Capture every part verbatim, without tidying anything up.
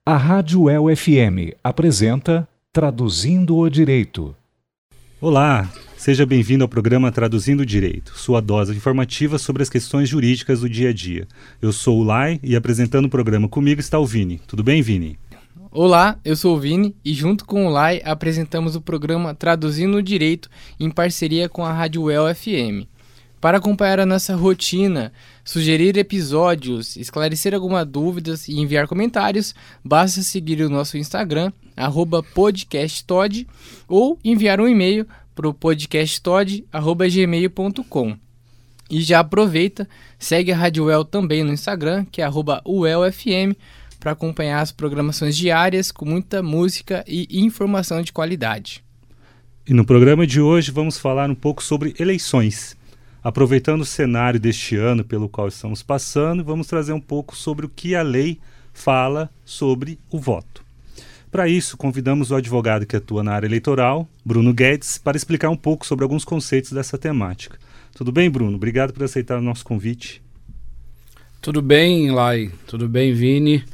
A Rádio U E L F M apresenta Traduzindo o Direito. Olá, seja bem-vindo ao programa Traduzindo o Direito, sua dose informativa sobre as questões jurídicas do dia a dia. Eu sou o Lai e apresentando o programa comigo está o Vini. Tudo bem, Vini? Olá, eu sou o Vini e junto com o Lai apresentamos o programa Traduzindo o Direito em parceria com a Rádio U E L F M. Para acompanhar a nossa rotina, sugerir episódios, esclarecer algumas dúvidas e enviar comentários, basta seguir o nosso Instagram, arroba podcasttod, ou enviar um e-mail para o podcasttod arroba gmail ponto com. E já aproveita, segue a Rádio U E L também no Instagram, que é arroba U E L F M, para acompanhar as programações diárias com muita música e informação de qualidade. E no programa de hoje vamos falar um pouco sobre eleições. Aproveitando o cenário deste ano pelo qual estamos passando, vamos trazer um pouco sobre o que a lei fala sobre o voto. Para isso, convidamos o advogado que atua na área eleitoral, Bruno Guedes, para explicar um pouco sobre alguns conceitos dessa temática. Tudo bem, Bruno? Obrigado por aceitar o nosso convite. Tudo bem, Lai. Tudo bem, Vini.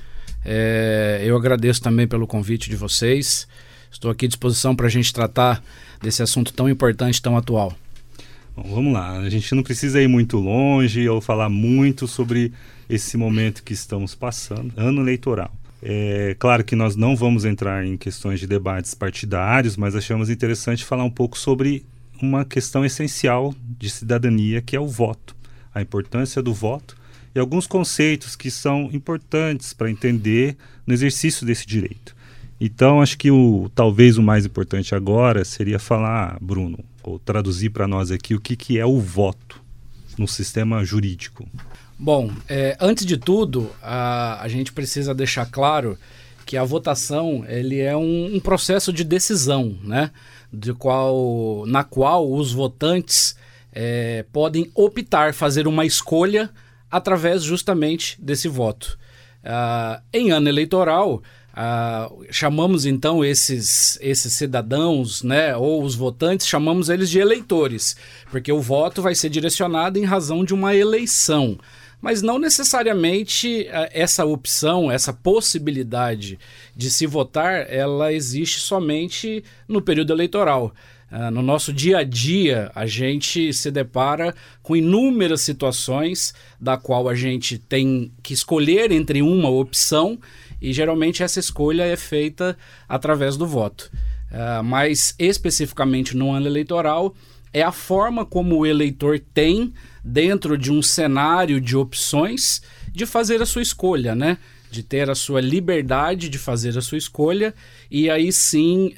É, eu agradeço também pelo convite de vocês. Estou aqui à disposição para a gente tratar desse assunto tão importante, tão atual. Bom, vamos lá, a gente não precisa ir muito longe ou falar muito sobre esse momento que estamos passando, ano eleitoral. É claro que nós não vamos entrar em questões de debates partidários, mas achamos interessante falar um pouco sobre uma questão essencial de cidadania, que é o voto, a importância do voto e alguns conceitos que são importantes para entender no exercício desse direito. Então, acho que o, talvez o mais importante agora seria falar, Bruno, ou traduzir para nós aqui o que, que é o voto no sistema jurídico. Bom, é, antes de tudo, a, a gente precisa deixar claro que a votação ele é um, um processo de decisão, né? De qual, na qual os votantes é, podem optar, fazer uma escolha através justamente desse voto. Uh, em ano eleitoral, Uh, chamamos então esses, esses cidadãos, né, ou os votantes, chamamos eles de eleitores, porque o voto vai ser direcionado em razão de uma eleição. Mas não necessariamente uh, essa opção, essa possibilidade de se votar, ela existe somente no período eleitoral. Uh, no nosso dia a dia, a gente se depara com inúmeras situações da qual a gente tem que escolher entre uma opção e geralmente essa escolha é feita através do voto. Uh, mas especificamente no ano eleitoral, é a forma como o eleitor tem, dentro de um cenário de opções, de fazer a sua escolha, né? De ter a sua liberdade de fazer a sua escolha e aí sim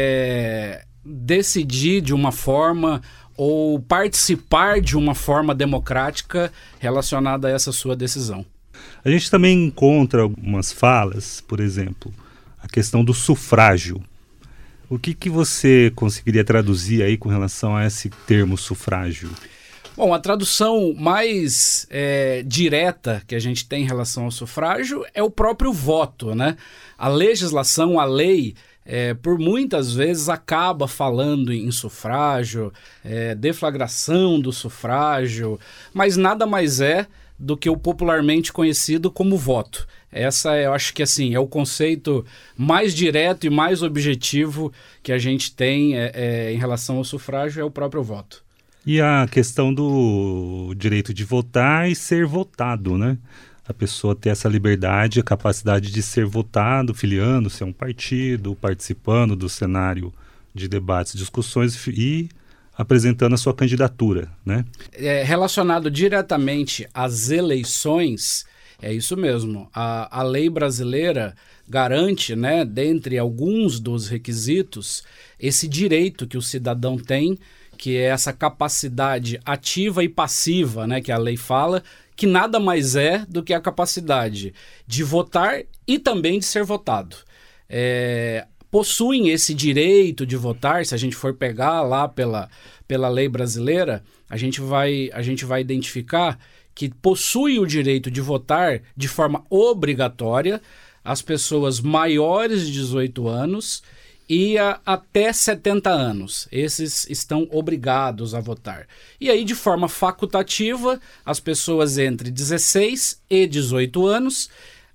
é, decidir de uma forma ou participar de uma forma democrática relacionada a essa sua decisão. A gente também encontra algumas falas, por exemplo, a questão do sufrágio. O que, que você conseguiria traduzir aí com relação a esse termo sufrágio? Bom, a tradução mais é, direta que a gente tem em relação ao sufrágio é o próprio voto, né? A legislação, a lei, é, por muitas vezes acaba falando em sufrágio, é, deflagração do sufrágio, mas nada mais é do que o popularmente conhecido como voto. Essa, eu acho que assim, é o conceito mais direto e mais objetivo que a gente tem é, é, em relação ao sufrágio, é o próprio voto. E a questão do direito de votar e ser votado, né? A pessoa ter essa liberdade, a capacidade de ser votado, filiando-se a um partido, participando do cenário de debates, discussões e apresentando a sua candidatura, né? É, relacionado diretamente às eleições, é isso mesmo. A, a lei brasileira garante, né, dentre alguns dos requisitos, esse direito que o cidadão tem, que é essa capacidade ativa e passiva, né, que a lei fala, que nada mais é do que a capacidade de votar e também de ser votado. É... possuem esse direito de votar. Se a gente for pegar lá pela, pela lei brasileira, a gente vai, a gente vai identificar que possui o direito de votar de forma obrigatória as pessoas maiores de dezoito anos e a, até setenta anos. Esses estão obrigados a votar. E aí, de forma facultativa, as pessoas entre dezesseis e dezoito anos,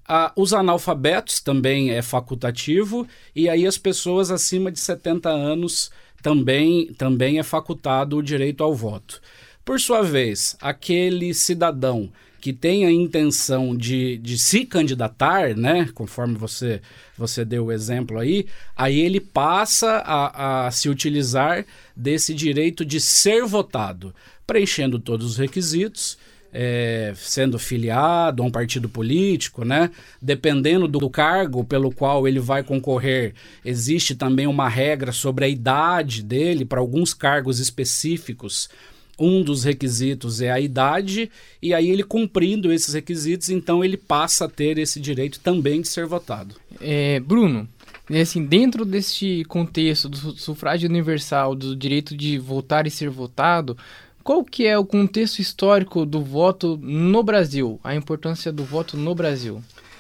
Ah, os analfabetos também é facultativo, e aí as pessoas acima de setenta anos também, também é facultado o direito ao voto. Por sua vez, aquele cidadão que tem a intenção de, de se candidatar, né, conforme você, você deu o exemplo aí, aí ele passa a, a se utilizar desse direito de ser votado, preenchendo todos os requisitos, é, sendo filiado a um partido político, né, dependendo do cargo pelo qual ele vai concorrer, existe também uma regra sobre a idade dele para alguns cargos específicos. Um dos requisitos é a idade, e aí ele cumprindo esses requisitos, então ele passa a ter esse direito também de ser votado. É, Bruno, assim, dentro deste contexto do sufrágio universal, do direito de votar e ser votado, qual que é o contexto histórico do voto no Brasil, a importância do voto no Brasil?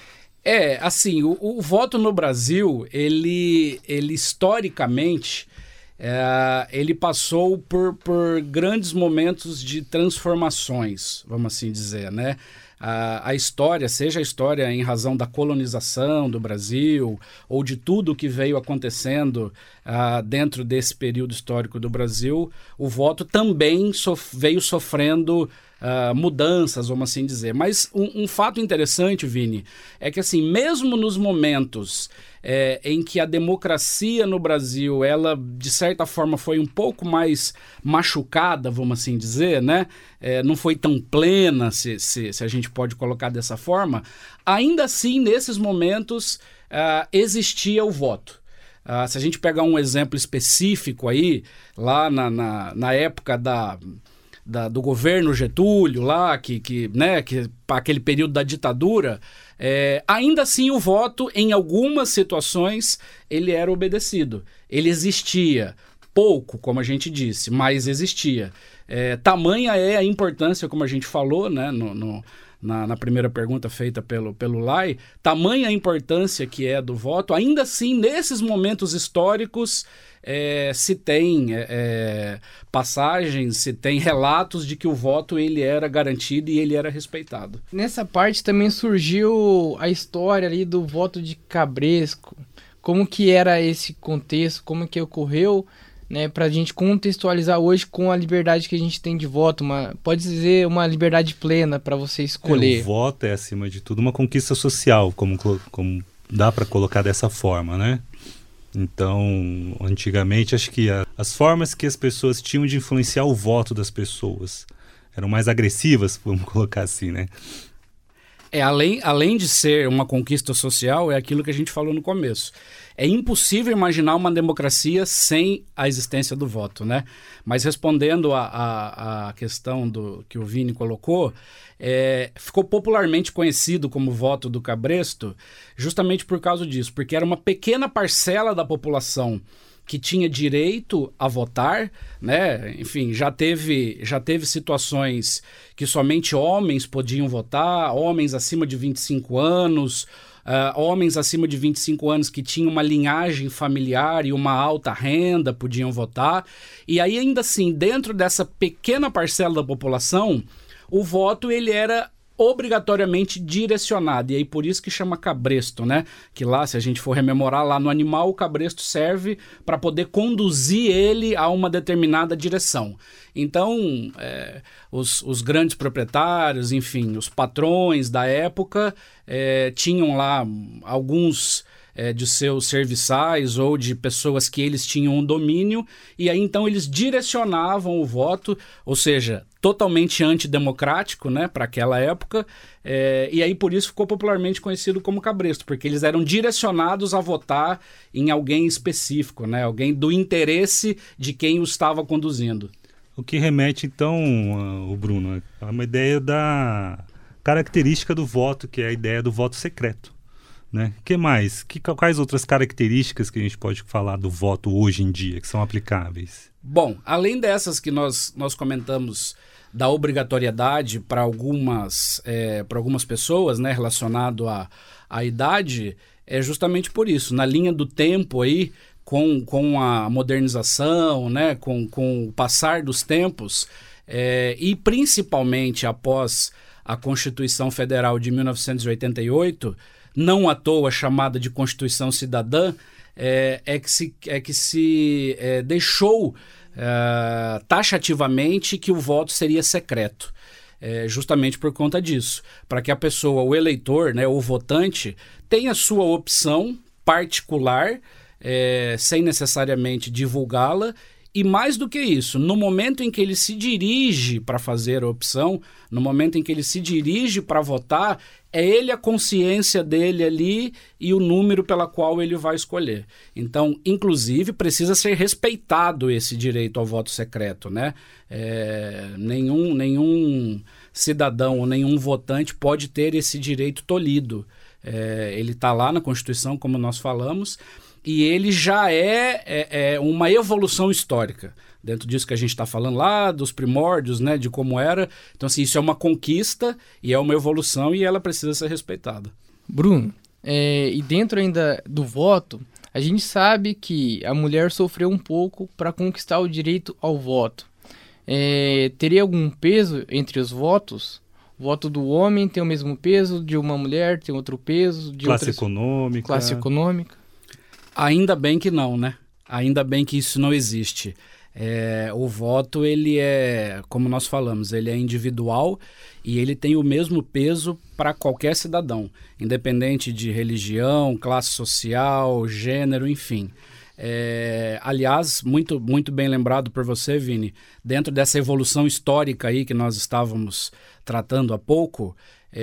É, assim, o, o voto no Brasil, ele, ele historicamente... É, ele passou por, por grandes momentos de transformações, vamos assim dizer, né? A, a história, seja a história em razão da colonização do Brasil ou de tudo que veio acontecendo uh, dentro desse período histórico do Brasil, o voto também sof- veio sofrendo uh, mudanças, vamos assim dizer. Mas um, um fato interessante, Vini, é que assim, mesmo nos momentos É, em que a democracia no Brasil, ela, de certa forma, foi um pouco mais machucada, vamos assim dizer, né? É, não foi tão plena, se, se, se a gente pode colocar dessa forma. Ainda assim, nesses momentos, uh, existia o voto. Uh, se a gente pegar um exemplo específico aí, lá na, na, na época da... Da, do governo Getúlio lá, que, que, né, que, aquele período da ditadura, é, ainda assim o voto, em algumas situações, ele era obedecido. Ele existia, pouco, como a gente disse, mas existia. É, tamanha é a importância, como a gente falou, né, no, no, na, na primeira pergunta feita pelo, pelo Lai, tamanha a importância que é do voto, ainda assim, nesses momentos históricos, É, se tem é, é, passagens, se tem relatos de que o voto ele era garantido e ele era respeitado. Nessa parte também surgiu a história ali do voto de Cabresco. Como que era esse contexto, como que ocorreu, né, para a gente contextualizar hoje com a liberdade que a gente tem de voto, uma, pode dizer uma liberdade plena para você escolher. É, o voto é, acima de tudo, uma conquista social, como, como dá para colocar dessa forma, né? Então, antigamente, acho que a, as formas que as pessoas tinham de influenciar o voto das pessoas eram mais agressivas, vamos colocar assim, né? É, além, além de ser uma conquista social, é aquilo que a gente falou no começo. É impossível imaginar uma democracia sem a existência do voto, né? Mas respondendo a, a, a questão do, que o Vini colocou, é, ficou popularmente conhecido como voto do Cabresto justamente por causa disso, porque era uma pequena parcela da população que tinha direito a votar, né? Enfim, já teve, já teve situações que somente homens podiam votar, homens acima de vinte e cinco anos, uh, homens acima de vinte e cinco anos que tinham uma linhagem familiar e uma alta renda podiam votar. E aí, ainda assim, dentro dessa pequena parcela da população, o voto ele era obrigatoriamente direcionado, e aí por isso que chama cabresto, né? Que lá, se a gente for rememorar lá no animal, o cabresto serve para poder conduzir ele a uma determinada direção. Então, é, os, os grandes proprietários, enfim, os patrões da época é, tinham lá alguns é, de seus serviçais ou de pessoas que eles tinham um domínio, e aí então eles direcionavam o voto, ou seja, totalmente antidemocrático, né, para aquela época, é, e aí por isso ficou popularmente conhecido como cabresto, porque eles eram direcionados a votar em alguém específico, né, alguém do interesse de quem o estava conduzindo. O que remete, então, o Bruno, a uma ideia da característica do voto, que é a ideia do voto secreto. Né? Que mais? Que, quais outras características que a gente pode falar do voto hoje em dia, que são aplicáveis? Bom, além dessas que nós, nós comentamos da obrigatoriedade para algumas, é, para algumas pessoas, né, relacionado à, à idade, é justamente por isso. Na linha do tempo aí, com, com a modernização, né, com, com o passar dos tempos, é, e principalmente após a Constituição Federal de mil novecentos e oitenta e oito, não à toa chamada de Constituição Cidadã, é, é que se, é que se é, deixou é, taxativamente que o voto seria secreto. É, justamente por conta disso, para que a pessoa, o eleitor, né, o votante, tenha sua opção particular, é, sem necessariamente divulgá-la, e mais do que isso, no momento em que ele se dirige para fazer a opção, no momento em que ele se dirige para votar, é ele a consciência dele ali e o número pela qual ele vai escolher. Então, inclusive, precisa ser respeitado esse direito ao voto secreto, né? É, nenhum, nenhum cidadão ou nenhum votante pode ter esse direito tolhido. É, ele está lá na Constituição, como nós falamos, e ele já é, é, é uma evolução histórica. Dentro disso que a gente está falando lá, dos primórdios, né, de como era. Então, assim, isso é uma conquista e é uma evolução e ela precisa ser respeitada. Bruno, é, e dentro ainda do voto, a gente sabe que a mulher sofreu um pouco para conquistar o direito ao voto. É, teria algum peso entre os votos? O voto do homem tem o mesmo peso, de uma mulher tem outro peso, de classe outras... econômica. Classe econômica. Ainda bem que não, né? Ainda bem que isso não existe. É, o voto, ele é, como nós falamos, ele é individual e ele tem o mesmo peso para qualquer cidadão, independente de religião, classe social, gênero, enfim. É, aliás, muito, muito bem lembrado por você, Vini, dentro dessa evolução histórica aí que nós estávamos tratando há pouco,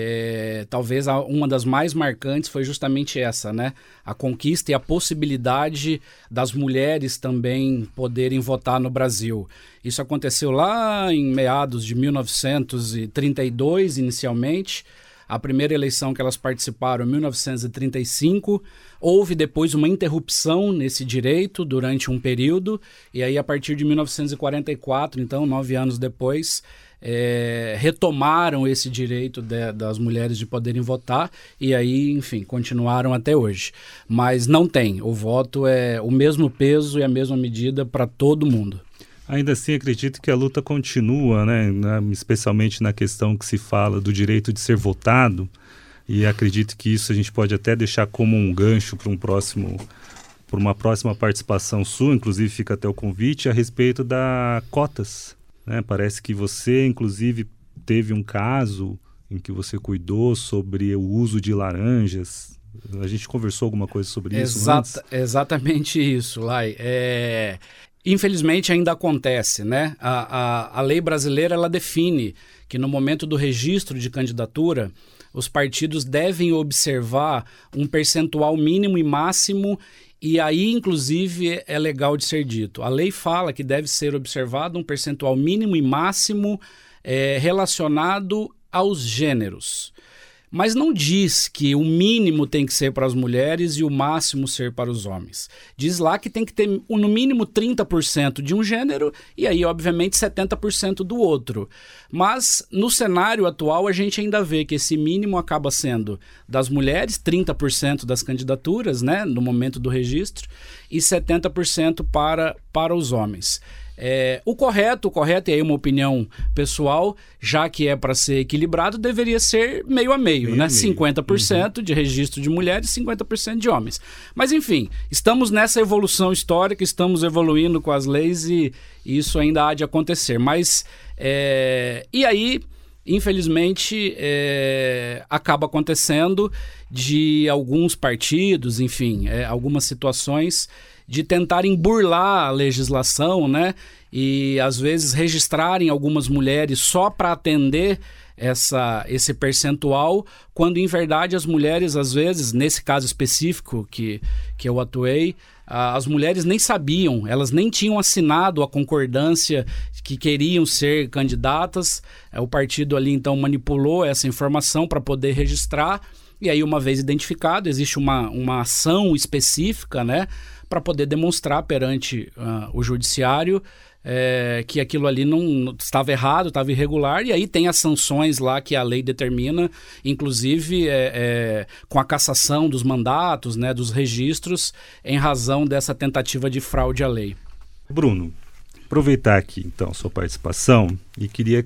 é, talvez a, uma das mais marcantes foi justamente essa, né? A conquista e a possibilidade das mulheres também poderem votar no Brasil. Isso aconteceu lá em meados de mil novecentos e trinta e dois, inicialmente. A primeira eleição que elas participaram, em mil novecentos e trinta e cinco, houve depois uma interrupção nesse direito durante um período, e aí a partir de mil novecentos e quarenta e quatro, então nove anos depois, é, retomaram esse direito de, das mulheres de poderem votar, e aí, enfim, continuaram até hoje. Mas não tem, o voto é o mesmo peso e a mesma medida para todo mundo. Ainda assim, acredito que a luta continua, né? Na, especialmente na questão que se fala do direito de ser votado, e acredito que isso a gente pode até deixar como um gancho para um próximo, para uma próxima participação sua, inclusive fica até o convite, a respeito das cotas, né? Parece que você, inclusive, teve um caso em que você cuidou sobre o uso de laranjas. A gente conversou alguma coisa sobre isso Exata, antes? Exatamente isso, Lai. É... Infelizmente ainda acontece, né? A, a, a lei brasileira, ela define que no momento do registro de candidatura, os partidos devem observar um percentual mínimo e máximo, e aí, inclusive, é legal de ser dito. A lei fala que deve ser observado um percentual mínimo e máximo é, relacionado aos gêneros. Mas não diz que o mínimo tem que ser para as mulheres e o máximo ser para os homens. Diz lá que tem que ter no mínimo trinta por cento de um gênero e aí, obviamente, setenta por cento do outro. Mas no cenário atual a gente ainda vê que esse mínimo acaba sendo das mulheres, trinta por cento das candidaturas, né, no momento do registro, e setenta por cento para, para os homens. É, o correto, o correto, e aí uma opinião pessoal, já que é para ser equilibrado, deveria ser meio a meio, meio né? A meio. cinquenta por cento uhum. de registro de mulheres e cinquenta por cento de homens. Mas enfim, estamos nessa evolução histórica, estamos evoluindo com as leis e, e isso ainda há de acontecer. Mas, é, e aí, infelizmente, é, acaba acontecendo de alguns partidos, enfim, é, algumas situações de tentarem burlar a legislação, né? E às vezes registrarem algumas mulheres só para atender essa, esse percentual, quando em verdade as mulheres, às vezes, nesse caso específico que, que eu atuei, as mulheres nem sabiam, elas nem tinham assinado a concordância que queriam ser candidatas. O partido ali então manipulou essa informação para poder registrar, e aí uma vez identificado, existe uma, uma ação específica, né, para poder demonstrar perante uh, o judiciário é, que aquilo ali não, não estava errado, estava irregular, e aí tem as sanções lá que a lei determina, inclusive é, é, com a cassação dos mandatos, né, dos registros, em razão dessa tentativa de fraude à lei. Bruno, aproveitar aqui então sua participação e queria que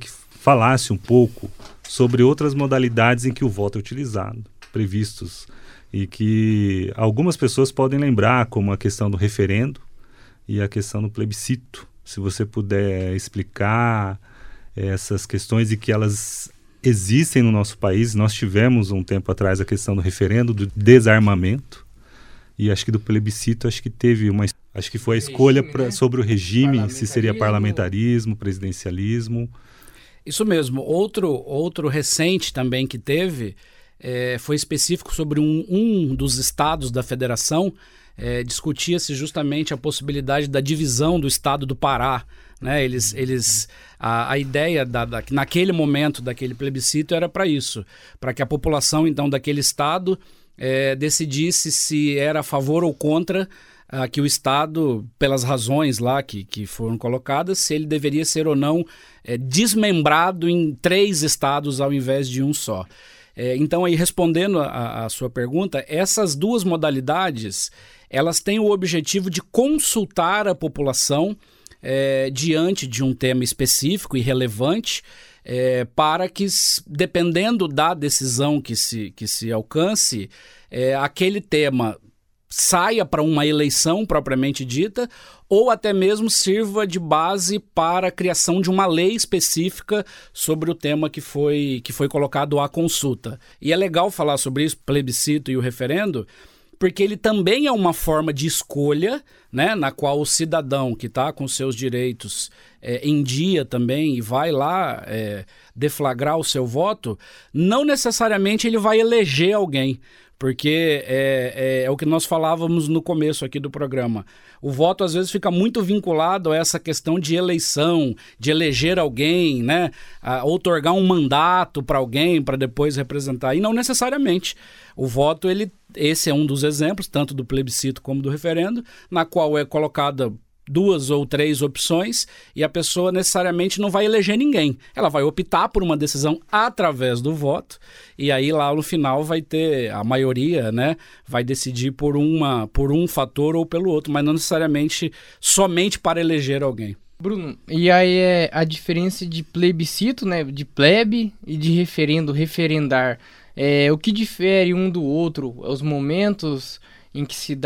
falasse um pouco sobre outras modalidades em que o voto é utilizado, previstos, e que algumas pessoas podem lembrar, como a questão do referendo e a questão do plebiscito. Se você puder explicar essas questões e que elas existem no nosso país. Nós tivemos um tempo atrás a questão do referendo, do desarmamento, e acho que do plebiscito, acho que teve uma, acho que foi a escolha regime, pra, né? sobre o regime, se seria parlamentarismo, presidencialismo. Isso mesmo. Outro, outro recente também que teve é, foi específico sobre um, um dos estados da federação. É, discutia-se justamente a possibilidade da divisão do estado do Pará. Né? Eles, eles, a, a ideia da, da, naquele momento daquele plebiscito era para isso, para que a população então daquele estado é, decidisse se era a favor ou contra a, que o estado, pelas razões lá que, que foram colocadas, se ele deveria ser ou não é, desmembrado em três estados ao invés de um só. É, então, aí respondendo a, a sua pergunta, essas duas modalidades, elas têm o objetivo de consultar a população é, diante de um tema específico e relevante, é, para que, dependendo da decisão que se, que se alcance, é, aquele tema saia para uma eleição propriamente dita, ou até mesmo sirva de base para a criação de uma lei específica sobre o tema que foi, que foi colocado à consulta. E é legal falar sobre isso, plebiscito e o referendo, porque ele também é uma forma de escolha, né, na qual o cidadão que está com seus direitos é, em dia também e vai lá é, deflagrar o seu voto, não necessariamente ele vai eleger alguém. Porque é, é, é o que nós falávamos no começo aqui do programa. O voto às vezes fica muito vinculado a essa questão de eleição, de eleger alguém, né? A outorgar um mandato para alguém para depois representar. E não necessariamente. O voto, ele, esse é um dos exemplos, tanto do plebiscito como do referendo, na qual é colocada duas ou três opções e a pessoa necessariamente não vai eleger ninguém. Ela vai optar por uma decisão através do voto e aí lá no final vai ter a maioria, né, vai decidir por, uma, por um fator ou pelo outro, mas não necessariamente somente para eleger alguém. Bruno, e aí é a diferença de plebiscito, né, de plebe e de referendo, referendar. É, o que difere um do outro, os momentos em que se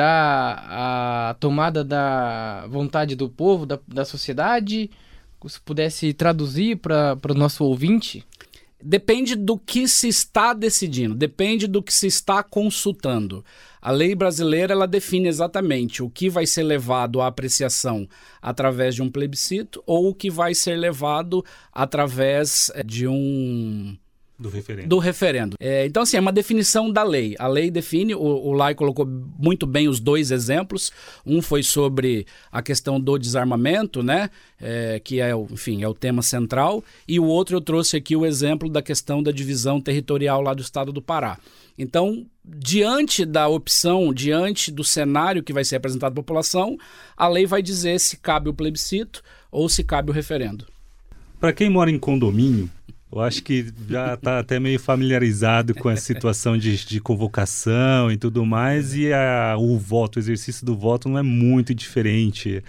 dá a tomada da vontade do povo, da, da sociedade? Se pudesse traduzir para o nosso ouvinte? Depende do que se está decidindo, depende do que se está consultando. A lei brasileira, ela define exatamente o que vai ser levado à apreciação através de um plebiscito ou o que vai ser levado através de um... Do referendo. Do referendo. É, então, assim, é uma definição da lei. A lei define, o, o Lai colocou muito bem os dois exemplos. Um foi sobre a questão do desarmamento, né? É, que é, enfim, é o tema central. E o outro eu trouxe aqui o exemplo da questão da divisão territorial lá do estado do Pará. Então, diante da opção, diante do cenário que vai ser apresentado à população, a lei vai dizer se cabe o plebiscito ou se cabe o referendo. Para quem mora em condomínio, eu acho que já está até meio familiarizado com a situação de, de convocação e tudo mais, e a, o voto, o exercício do voto não é muito diferente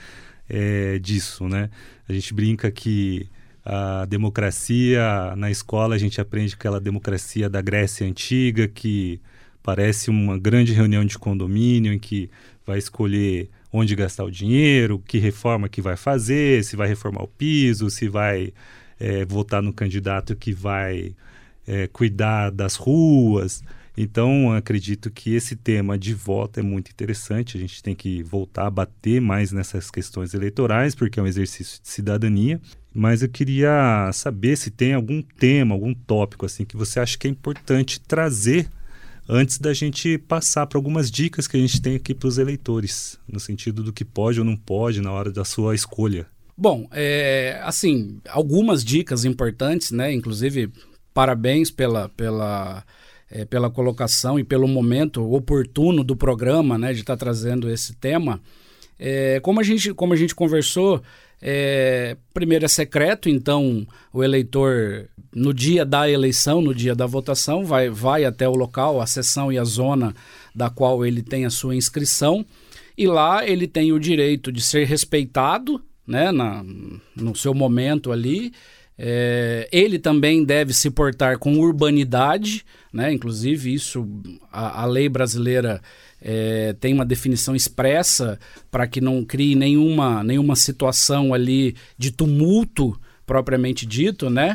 é, disso, né? A gente brinca que a democracia, na escola a gente aprende aquela democracia da Grécia Antiga, que parece uma grande reunião de condomínio em que vai escolher onde gastar o dinheiro, que reforma que vai fazer, se vai reformar o piso, se vai... É, votar no candidato que vai é, cuidar das ruas. Então, acredito que esse tema de voto é muito interessante. A gente tem que voltar a bater mais nessas questões eleitorais, porque é um exercício de cidadania. Mas eu queria saber se tem algum tema, algum tópico assim, que você acha que é importante trazer antes da gente passar para algumas dicas que a gente tem aqui para os eleitores, no sentido do que pode ou não pode na hora da sua escolha. Bom, é, assim, algumas dicas importantes, né? Inclusive, parabéns pela, pela, é, pela colocação e pelo momento oportuno do programa, né? De estar tá trazendo esse tema. É, como, a gente, como a gente conversou, é, primeiro é secreto, então o eleitor, no dia da eleição, no dia da votação, vai, vai até o local, a seção e a zona da qual ele tem a sua inscrição, e lá ele tem o direito de ser respeitado, né, na, no seu momento ali, É, ele também deve se portar com urbanidade, né? Inclusive isso, a, a lei brasileira é, tem uma definição expressa para que não crie nenhuma, nenhuma situação ali de tumulto propriamente dito, né?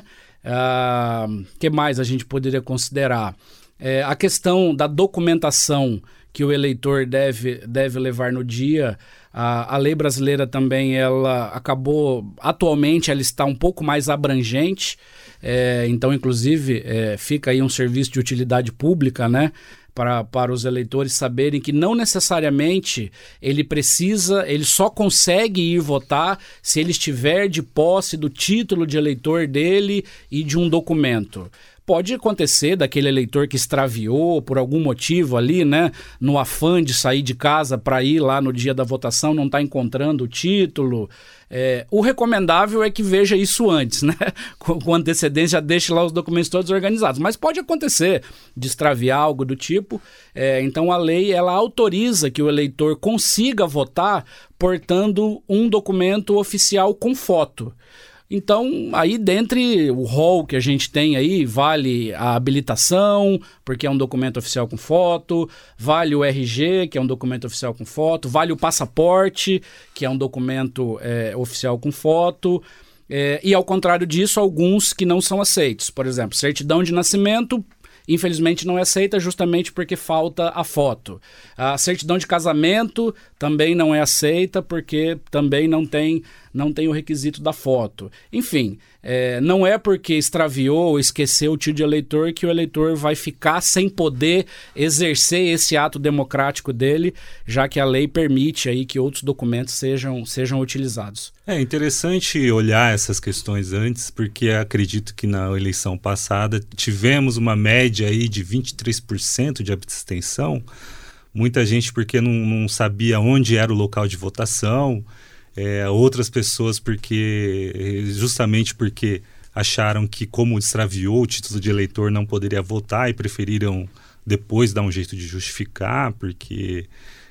Ah, que mais a gente poderia considerar? É, a questão da documentação que o eleitor deve, deve levar no dia. A, a lei brasileira também, ela acabou, atualmente ela está um pouco mais abrangente, é, então inclusive é, fica aí um serviço de utilidade pública, né, para, para os eleitores saberem que não necessariamente ele precisa, ele só consegue ir votar se ele estiver de posse do título de eleitor dele e de um documento. Pode acontecer daquele eleitor que extraviou por algum motivo ali, né, no afã de sair de casa para ir lá no dia da votação, não está encontrando o título. É, o recomendável é que veja isso antes, né, com, com antecedência, deixe lá os documentos todos organizados. Mas pode acontecer de extraviar algo do tipo. É, então a lei ela autoriza que o eleitor consiga votar portando um documento oficial com foto. Então, aí dentre o rol que a gente tem aí, vale a habilitação, porque é um documento oficial com foto, vale o R G, que é um documento oficial com foto, vale o passaporte, que é um documento é, oficial com foto, é, e ao contrário disso, alguns que não são aceitos. Por exemplo, certidão de nascimento, infelizmente não é aceita justamente porque falta a foto. A certidão de casamento também não é aceita porque também não tem, não tem o requisito da foto. Enfim, é, não é porque extraviou ou esqueceu o título de eleitor que o eleitor vai ficar sem poder exercer esse ato democrático dele, já que a lei permite aí que outros documentos sejam, sejam utilizados. É interessante olhar essas questões antes, porque acredito que na eleição passada tivemos uma média aí de vinte e três por cento de abstenção. Muita gente porque não, não sabia onde era o local de votação, é, outras pessoas porque justamente porque acharam que como extraviou o título de eleitor não poderia votar e preferiram depois dar um jeito de justificar, porque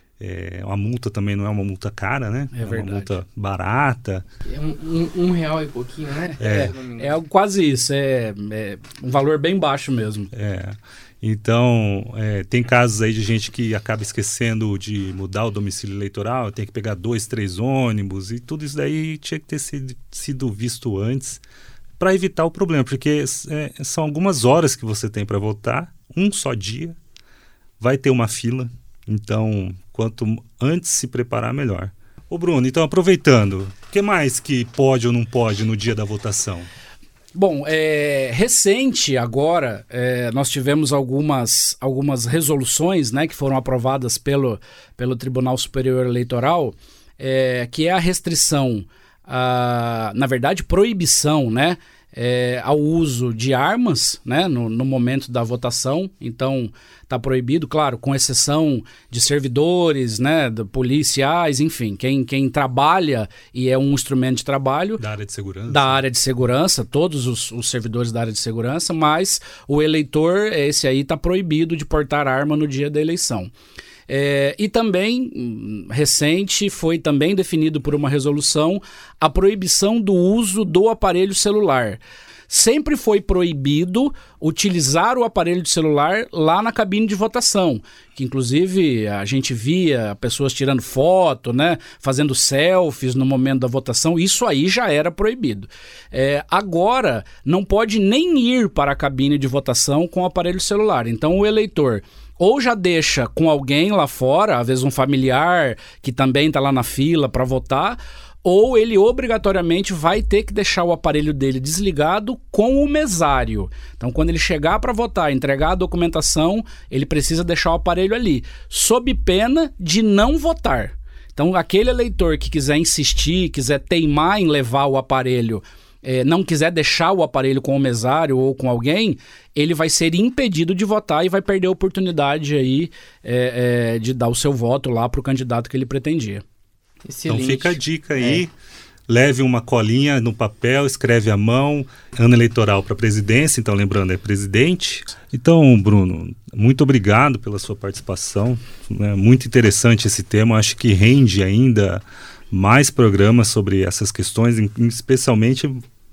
é, a multa também não é uma multa cara, né? É, é uma multa barata. É um, um, um real e pouquinho, né? É, é, é quase isso, é, é um valor bem baixo mesmo. É. Então, é, tem casos aí de gente que acaba esquecendo de mudar o domicílio eleitoral, tem que pegar dois, três ônibus e tudo isso daí tinha que ter sido, sido visto antes para evitar o problema, porque é, são algumas horas que você tem para votar, um só dia, vai ter uma fila, então quanto antes se preparar, melhor. Ô Bruno, então aproveitando, o que mais que pode ou não pode no dia da votação? Bom, é, recente agora, é, nós tivemos algumas, algumas resoluções, né, que foram aprovadas pelo, pelo Tribunal Superior Eleitoral, é, que é a restrição, a, na verdade, proibição, né, é, ao uso de armas, né, no, no momento da votação. Então, está proibido, claro, com exceção de servidores, né, de policiais, enfim, quem, quem trabalha e é um instrumento de trabalho. Da área de segurança. Da área de segurança, todos os, os servidores da área de segurança, mas o eleitor, esse aí, está proibido de portar arma no dia da eleição. É, e também, recente, foi também definido por uma resolução a proibição do uso do aparelho celular. Sempre foi proibido utilizar o aparelho de celular lá na cabine de votação, que inclusive a gente via pessoas tirando foto, né, fazendo selfies no momento da votação. Isso aí já era proibido. É, agora não pode nem ir para a cabine de votação com o aparelho celular. Então o eleitor ou já deixa com alguém lá fora, às vezes um familiar que também está lá na fila para votar, ou ele obrigatoriamente vai ter que deixar o aparelho dele desligado com o mesário. Então, quando ele chegar para votar, entregar a documentação, ele precisa deixar o aparelho ali, sob pena de não votar. Então, aquele eleitor que quiser insistir, quiser teimar em levar o aparelho, é, não quiser deixar o aparelho com o mesário ou com alguém, ele vai ser impedido de votar e vai perder a oportunidade aí, é, é, de dar o seu voto lá para o candidato que ele pretendia. Excelente. Então fica a dica aí, é. Leve uma colinha no papel, escreve à mão, ano eleitoral para presidência, então lembrando, é presidente. Então, Bruno, muito obrigado pela sua participação, é muito interessante esse tema, acho que rende ainda mais programas sobre essas questões, especialmente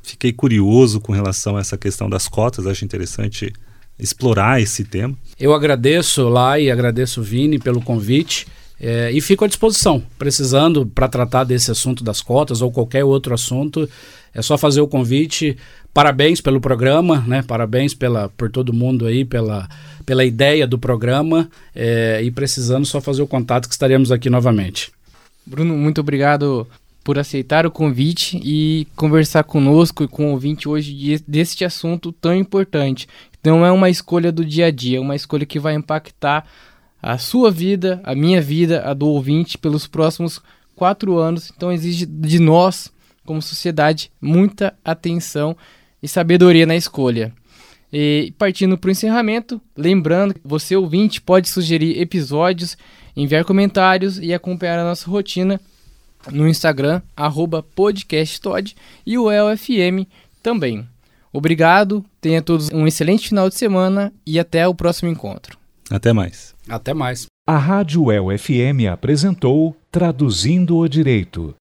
fiquei curioso com relação a essa questão das cotas, acho interessante explorar esse tema. Eu agradeço lá e agradeço o Vini pelo convite é, e fico à disposição, precisando para tratar desse assunto das cotas ou qualquer outro assunto, é só fazer o convite. Parabéns pelo programa, né? Parabéns pela, por todo mundo aí, pela, pela ideia do programa é, e precisando só fazer o contato que estaremos aqui novamente. Bruno, muito obrigado por aceitar o convite e conversar conosco e com o ouvinte hoje de, deste assunto tão importante. Não é uma escolha do dia a dia, é uma escolha que vai impactar a sua vida, a minha vida, a do ouvinte pelos próximos quatro anos. Então exige de nós, como sociedade, muita atenção e sabedoria na escolha. E partindo para o encerramento, lembrando que você, ouvinte, pode sugerir episódios, enviar comentários e acompanhar a nossa rotina no Instagram, arroba podcasttod, e o E L F M também. Obrigado, tenha todos um excelente final de semana e até o próximo encontro. Até mais. Até mais. A Rádio E L F M apresentou Traduzindo o Direito.